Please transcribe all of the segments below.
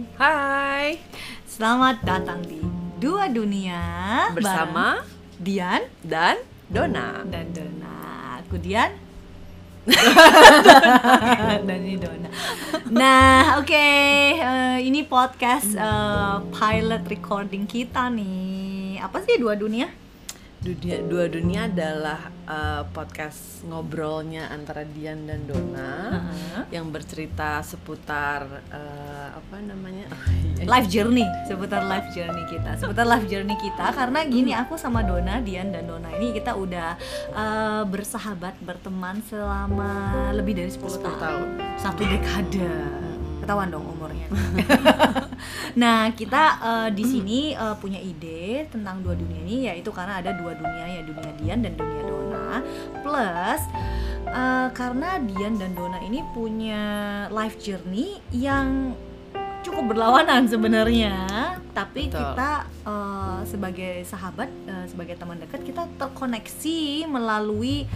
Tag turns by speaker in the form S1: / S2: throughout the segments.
S1: Hai,
S2: Selamat datang di Dua Dunia
S1: bersama
S2: bareng Dian
S1: dan Dona.
S2: dan Dona. Aku Dian dan ini Dona. Nah, oke, ini podcast pilot recording kita nih. Apa sih Dua Dunia?
S1: Dua Dunia adalah podcast ngobrolnya antara Dian dan Dona yang bercerita seputar
S2: Life journey, seputar life journey kita. Karena gini, aku sama Dona, Dian dan Dona ini kita udah bersahabat, berteman selama lebih dari 10 tahun. 1 dekade. Ketahuan dong umurnya. Nah, kita di sini punya ide tentang dua dunia ini, yaitu karena ada dua dunia, ya dunia Dian dan dunia Dona. Plus karena Dian dan Dona ini punya life journey yang cukup berlawanan sebenarnya, tapi
S1: Betul.
S2: kita sebagai sahabat, sebagai teman dekat, kita terkoneksi melalui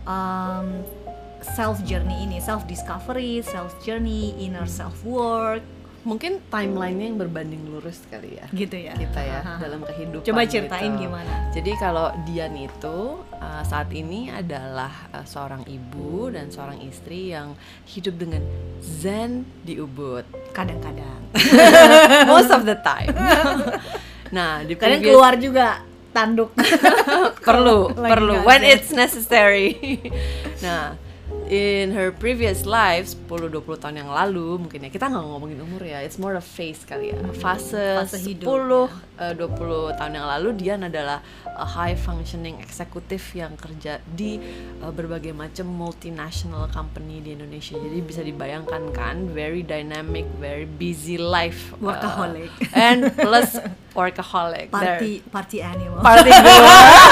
S2: self journey ini, self discovery, self journey, inner self work,
S1: Mungkin timelinenya yang berbanding lurus kali ya,
S2: gitu ya.
S1: kita ya dalam kehidupan.
S2: Coba ceritain
S1: gitu.
S2: gimana?
S1: Jadi kalau Dian itu saat ini adalah seorang ibu dan seorang istri yang hidup dengan zen di Ubud.
S2: Kadang-kadang.
S1: Most of the time. Nah, di
S2: Kadang
S1: previous-
S2: keluar juga tanduk.
S1: perlu
S2: Lagi nggak
S1: when
S2: zen.
S1: it's necessary. Nah, in her previous life 10-20 tahun yang lalu, mungkin ya, kita nggak ngomongin umur ya, it's more a phase kali ya, fase
S2: hidup,
S1: 10-20 tahun yang lalu. Dian adalah a high functioning eksekutif yang kerja di berbagai macam multinational company di Indonesia. Jadi bisa dibayangkan kan, very dynamic, very busy life,
S2: Workaholic.
S1: and plus workaholic.
S2: Party animal.
S1: Party girl.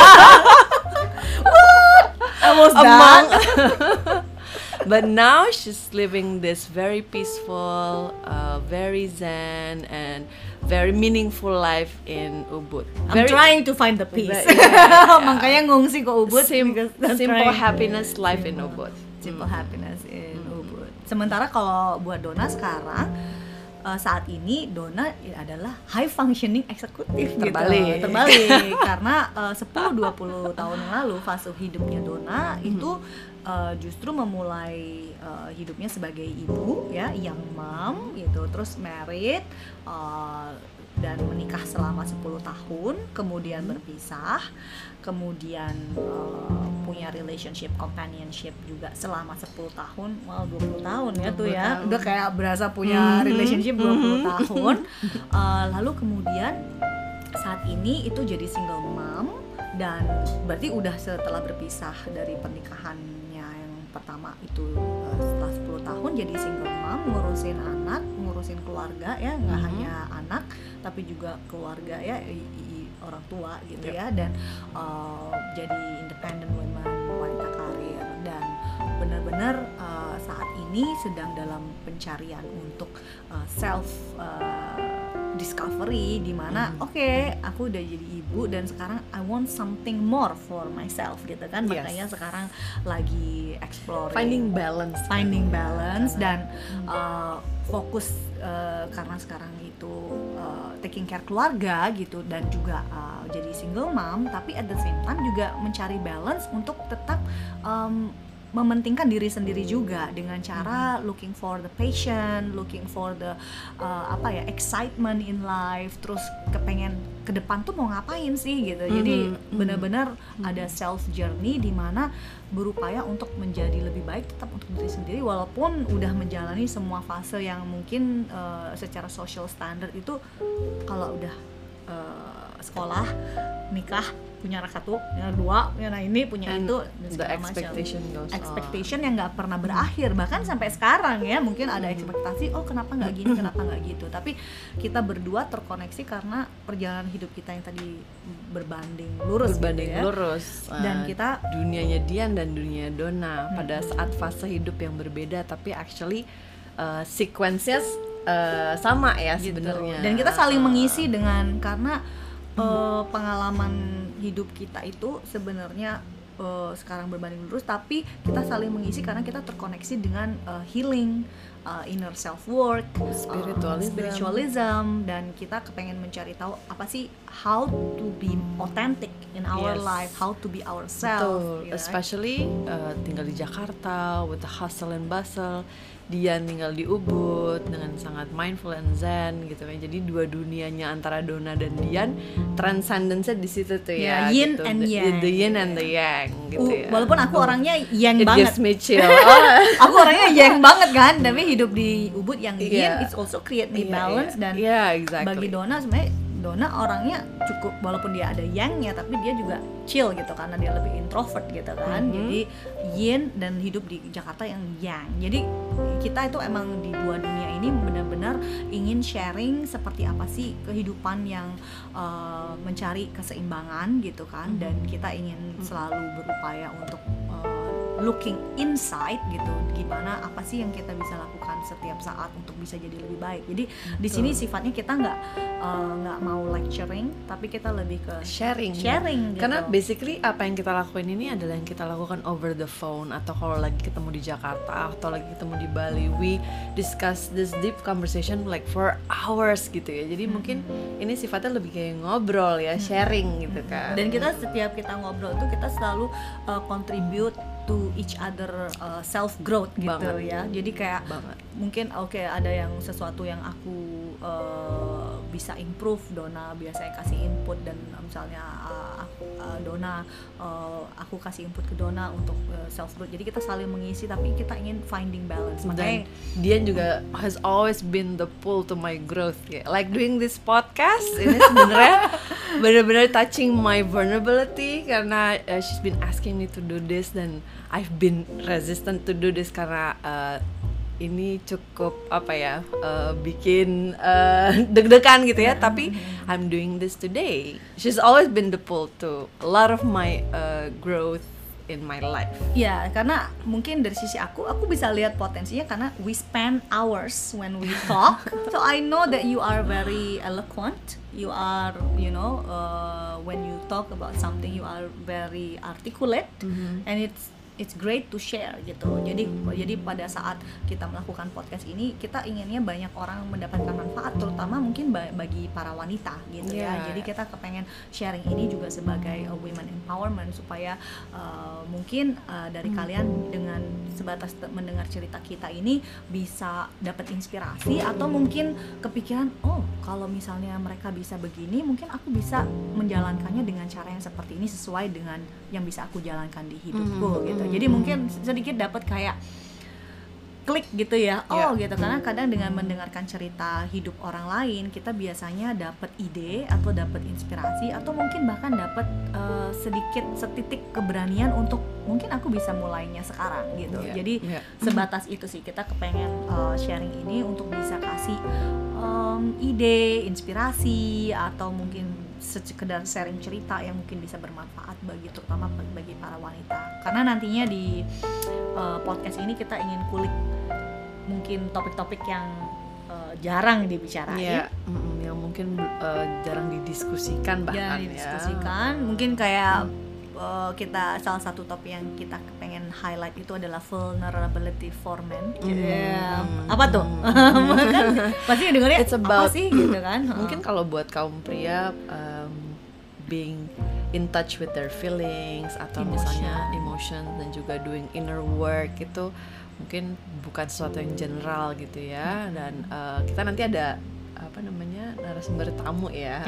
S2: Almost
S1: Among
S2: done.
S1: But now she's living this very peaceful, very zen and very meaningful life in Ubud.
S2: I'm trying to find the peace.
S1: Yeah.
S2: Makanya ngungsi ke Ubud. because that's
S1: Simple
S2: right.
S1: happiness life in Ubud.
S2: Simple happiness in Ubud. Sementara kalau buat Dona sekarang, saat ini Dona adalah high functioning eksekutif.
S1: Terbalik.
S2: Gitu. Terbalik. Karena 10-20 tahun yang lalu fase hidupnya Dona itu justru memulai hidupnya sebagai ibu, ya, young mom gitu, terus married dan menikah selama 10 tahun, kemudian berpisah, kemudian punya relationship, companionship juga selama 10 tahun, 20 tahun ya tuh ya, udah kayak berasa punya relationship 20 tahun. Lalu kemudian saat ini itu jadi single mom, dan berarti udah setelah berpisah dari pernikahannya yang pertama itu, setelah 10 tahun jadi single mom, ngurusin anak, ngurusin keluarga ya, nggak hanya anak tapi juga keluarga ya, orang tua gitu ya, dan jadi independent woman, wanita karir, dan benar-benar saat ini sedang dalam pencarian untuk self discovery, di mana oke, aku udah jadi ibu dan sekarang I want something more for myself gitu kan.
S1: Yes.
S2: Makanya sekarang lagi exploring,
S1: Finding
S2: balance dan fokus karena sekarang itu taking care keluarga gitu, dan juga jadi single mom, tapi at the same time juga mencari balance untuk tetap mementingkan diri sendiri juga dengan cara looking for the passion, looking for the excitement in life, terus kepengen ke depan tuh mau ngapain sih gitu. Jadi benar-benar ada self journey di mana berupaya untuk menjadi lebih baik tetap untuk diri sendiri, walaupun udah menjalani semua fase yang mungkin secara social standard itu kalau udah sekolah, nikah, punya anak 1, punya anak 2, punya anak ini, punya
S1: And
S2: itu, dan
S1: the
S2: segala
S1: expectation
S2: macam.
S1: goes on.
S2: Expectation yang nggak pernah berakhir, bahkan sampai sekarang ya mungkin ada ekspektasi, oh kenapa nggak gini, kenapa nggak gitu. Tapi kita berdua terkoneksi karena perjalanan hidup kita yang tadi berbanding lurus gitu ya. Dan kita
S1: dunianya Dian dan dunia Dona pada saat fase hidup yang berbeda, tapi actually sequence-nya sama ya
S2: gitu.
S1: sebenarnya.
S2: Dan kita saling mengisi dengan, karena pengalaman hidup kita itu sebenarnya sekarang berbanding lurus, tapi kita saling mengisi karena kita terkoneksi dengan healing, inner self work, spiritualism, dan kita kepengen mencari tahu apa sih how to be authentic in our life, how to be ourselves.
S1: Betul, especially tinggal di Jakarta with the hustle and bustle. Dian tinggal di Ubud dengan sangat mindful and zen gitu kan. Jadi dua dunianya antara Donna dan Dian, transcendence di situ tuh ya.
S2: Yin
S1: gitu.
S2: and yang.
S1: The yin and the yang gitu ya.
S2: Walaupun aku orangnya yang
S1: It
S2: banget.
S1: gives me chill.
S2: Aku orangnya yang banget kan, tapi hidup di Ubud yang yin, it's also create me balance. Dan
S1: exactly.
S2: bagi Donna sebenarnya Donna orangnya cukup, walaupun dia ada yang-nya, tapi dia juga chill gitu karena dia lebih introvert gitu kan. Jadi yin, dan hidup di Jakarta yang yang. Jadi kita itu emang di dua dunia ini benar-benar ingin sharing seperti apa sih kehidupan yang mencari keseimbangan gitu kan. Dan kita ingin selalu berupaya untuk looking inside gitu, gimana apa sih yang kita bisa lakukan setiap saat untuk bisa jadi lebih baik. Jadi di sini sifatnya kita nggak mau lecturing, tapi kita lebih ke sharing gitu.
S1: Karena basically apa yang kita lakuin ini adalah yang kita lakukan over the phone, atau kalau lagi ketemu di Jakarta atau lagi ketemu di Bali, we discuss this deep conversation like for hours gitu ya. Jadi mungkin ini sifatnya lebih kayak ngobrol ya, sharing gitu kan.
S2: Dan kita setiap kita ngobrol tuh kita selalu contribute to each other self growth gitu ya. Jadi kayak mungkin ada yang sesuatu yang aku bisa improve, Donna biasanya kasih input, dan misalnya Donna aku kasih input ke Donna untuk self growth. Jadi kita saling mengisi tapi kita ingin finding balance. Makanya
S1: Dian juga has always been the pull to my growth ya. Like doing this podcast ini sebenarnya benar-benar touching my vulnerability, karena she's been asking me to do this, dan I've been resistant to do this karena ini cukup bikin deg-degan gitu ya. Tapi I'm doing this today. She's always been the pull to a lot of my growth in my life.
S2: Ya, karena mungkin dari sisi aku bisa lihat potensinya karena we spend hours when we talk. So I know that you are very eloquent. You are, when you talk about something, you are very articulate, and it's great to share gitu. Jadi pada saat kita melakukan podcast ini, kita inginnya banyak orang mendapatkan manfaat, terutama mungkin bagi para wanita gitu ya. Jadi kita kepengen sharing ini juga sebagai women empowerment, supaya mungkin dari kalian dengan sebatas mendengar cerita kita ini bisa dapat inspirasi, atau mungkin kepikiran, oh kalau misalnya mereka bisa begini, mungkin aku bisa menjalankannya dengan cara yang seperti ini sesuai dengan yang bisa aku jalankan di hidupku gitu. Jadi mungkin sedikit dapat kayak klik gitu ya, gitu. Karena kadang dengan mendengarkan cerita hidup orang lain, kita biasanya dapat ide atau dapat inspirasi, atau mungkin bahkan dapat setitik keberanian untuk mungkin aku bisa mulainya sekarang gitu. Jadi sebatas itu sih, kita kepengen sharing ini untuk bisa kasih ide, inspirasi, atau mungkin sekedar sharing cerita yang mungkin bisa bermanfaat terutama bagi para wanita. Karena nantinya di podcast ini kita ingin kulik mungkin topik-topik yang jarang dibicarain,
S1: yang mungkin jarang didiskusikan bahkan
S2: mungkin kayak kita salah satu topik yang kita pengen highlight itu adalah vulnerability for men. Apa tuh? Pasti dengarnya apa sih gitu kan?
S1: Mungkin kalau buat kaum pria, being in touch with their feelings, atau misalnya emotion, dan juga doing inner work, itu mungkin bukan sesuatu yang general gitu ya. Dan kita nanti ada narasumber tamu ya,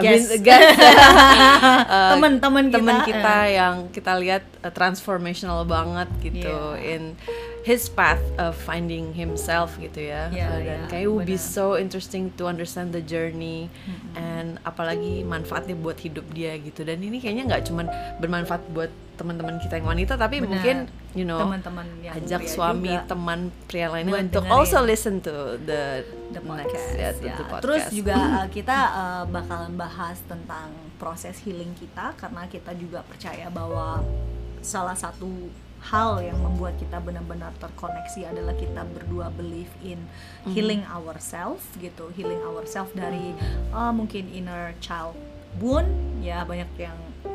S1: teman kita yang kita lihat transformational banget gitu in his path of finding himself gitu ya. Dan kayak would be so interesting to understand the journey, and apalagi manfaatnya buat hidup dia gitu. Dan ini kayaknya nggak cuman bermanfaat buat teman-teman kita yang wanita, tapi mungkin
S2: teman-teman yang
S1: ajak suami,
S2: juga,
S1: teman pria lainnya untuk also listen to the
S2: podcast.
S1: Next, podcast.
S2: Terus juga kita bakalan bahas tentang proses healing kita, karena kita juga percaya bahwa salah satu hal yang membuat kita benar-benar terkoneksi adalah kita berdua believe in healing ourselves gitu, healing ourselves dari mungkin inner child wound ya. Banyak yang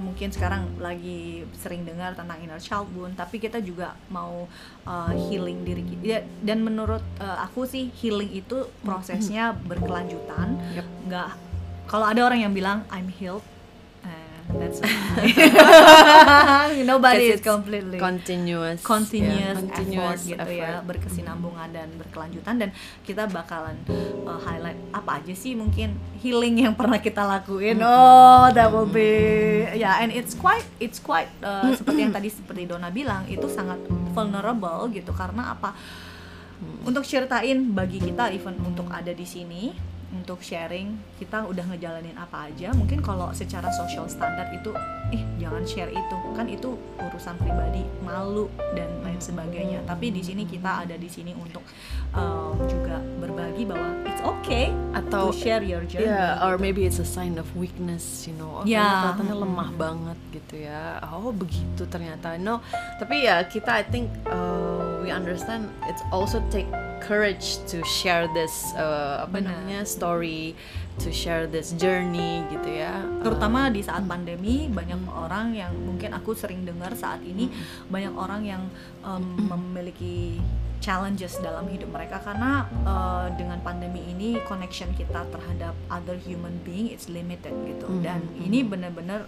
S2: mungkin sekarang lagi sering dengar tentang inner child wound, tapi kita juga mau healing diri kita. Ya, dan menurut aku sih healing itu prosesnya berkelanjutan.
S1: Yep.
S2: Nggak, kalau ada orang yang bilang I'm healed, that's nobody is completely
S1: continuous
S2: effort gitu ya, berkesinambungan dan berkelanjutan. Dan kita bakalan highlight apa aja sih mungkin healing yang pernah kita lakuin. That will be and it's quite seperti yang tadi seperti Donna bilang, itu sangat vulnerable gitu. Karena apa? Untuk ceritain bagi kita, even untuk ada di sini untuk sharing kita udah ngejalanin apa aja. Mungkin kalau secara social standard itu jangan share itu, kan itu urusan pribadi, malu dan lain sebagainya. Tapi di sini kita ada di sini untuk juga berbagi bahwa it's okay
S1: atau
S2: to share your journey,
S1: or
S2: gitu.
S1: maybe it's a sign of weakness, kelihatannya lemah banget gitu ya. Begitu ternyata. No, tapi ya kita I think we understand it's also take courage to share this story, to share this journey gitu ya.
S2: Terutama di saat pandemi, banyak orang yang mungkin aku sering dengar saat ini, banyak orang yang memiliki challenges dalam hidup mereka karena dengan pandemi ini connection kita terhadap other human being it's limited gitu. Dan ini benar-benar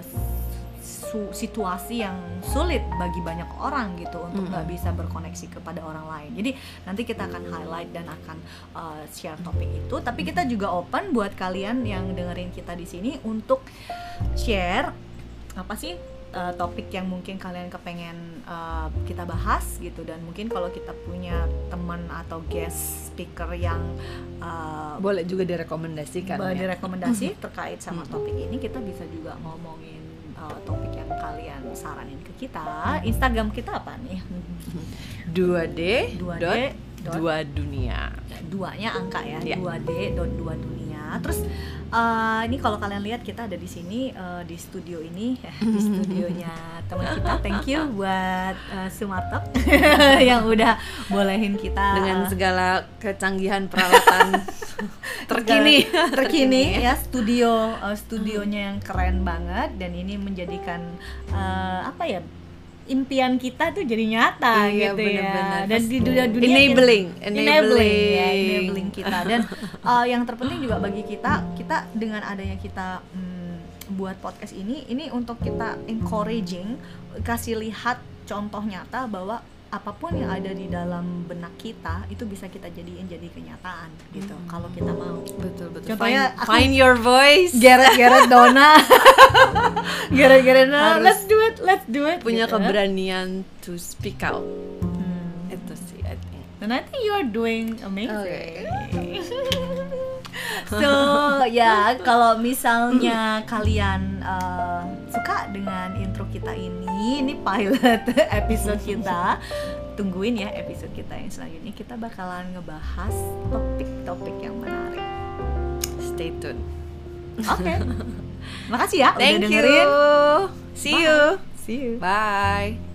S2: situasi yang sulit bagi banyak orang gitu untuk nggak bisa berkoneksi kepada orang lain. Jadi nanti kita akan highlight dan akan share topik itu. Tapi kita juga open buat kalian yang dengerin kita di sini untuk share apa sih topik yang mungkin kalian kepengen kita bahas gitu. Dan mungkin kalau kita punya teman atau guest speaker yang
S1: boleh juga direkomendasikan.
S2: Direkomendasi terkait sama topik ini, kita bisa juga ngomongin topik yang kalian saranin ke kita. Instagram kita apa nih?
S1: 2D. 2 dunia.
S2: Duanya angka ya. 2D.2dunia. Terus ini kalau kalian lihat kita ada di sini di studio ini, di studionya teman kita. Thank you buat Sumartok yang udah bolehin kita
S1: dengan segala kecanggihan peralatan terkini
S2: ya, studionya yang keren banget. Dan ini menjadikan impian kita tuh jadi nyata gitu
S1: bener-bener.
S2: Ya. Dan di dunia enabling kita. Dan yang terpenting juga bagi kita dengan adanya kita buat podcast ini untuk kita encouraging, kasih lihat contoh nyata bahwa apapun yang ada di dalam benak kita itu bisa kita jadiin jadi kenyataan gitu kalau kita mau.
S1: Betul.
S2: Contohnya
S1: find your voice.
S2: Gareth Donna. Gareth Donna. Let's do it.
S1: Punya
S2: gitu.
S1: Keberanian to speak out. Itu sih I think.
S2: And I think you are doing amazing.
S1: Okay.
S2: So kalau misalnya kalian suka dengan intro kita ini pilot episode kita, tungguin ya episode kita yang selanjutnya. Kita bakalan ngebahas topik-topik yang menarik.
S1: Stay tune.
S2: Oke. Makasih ya udah dengerin.
S1: Thank you. See you.
S2: See you.
S1: Bye.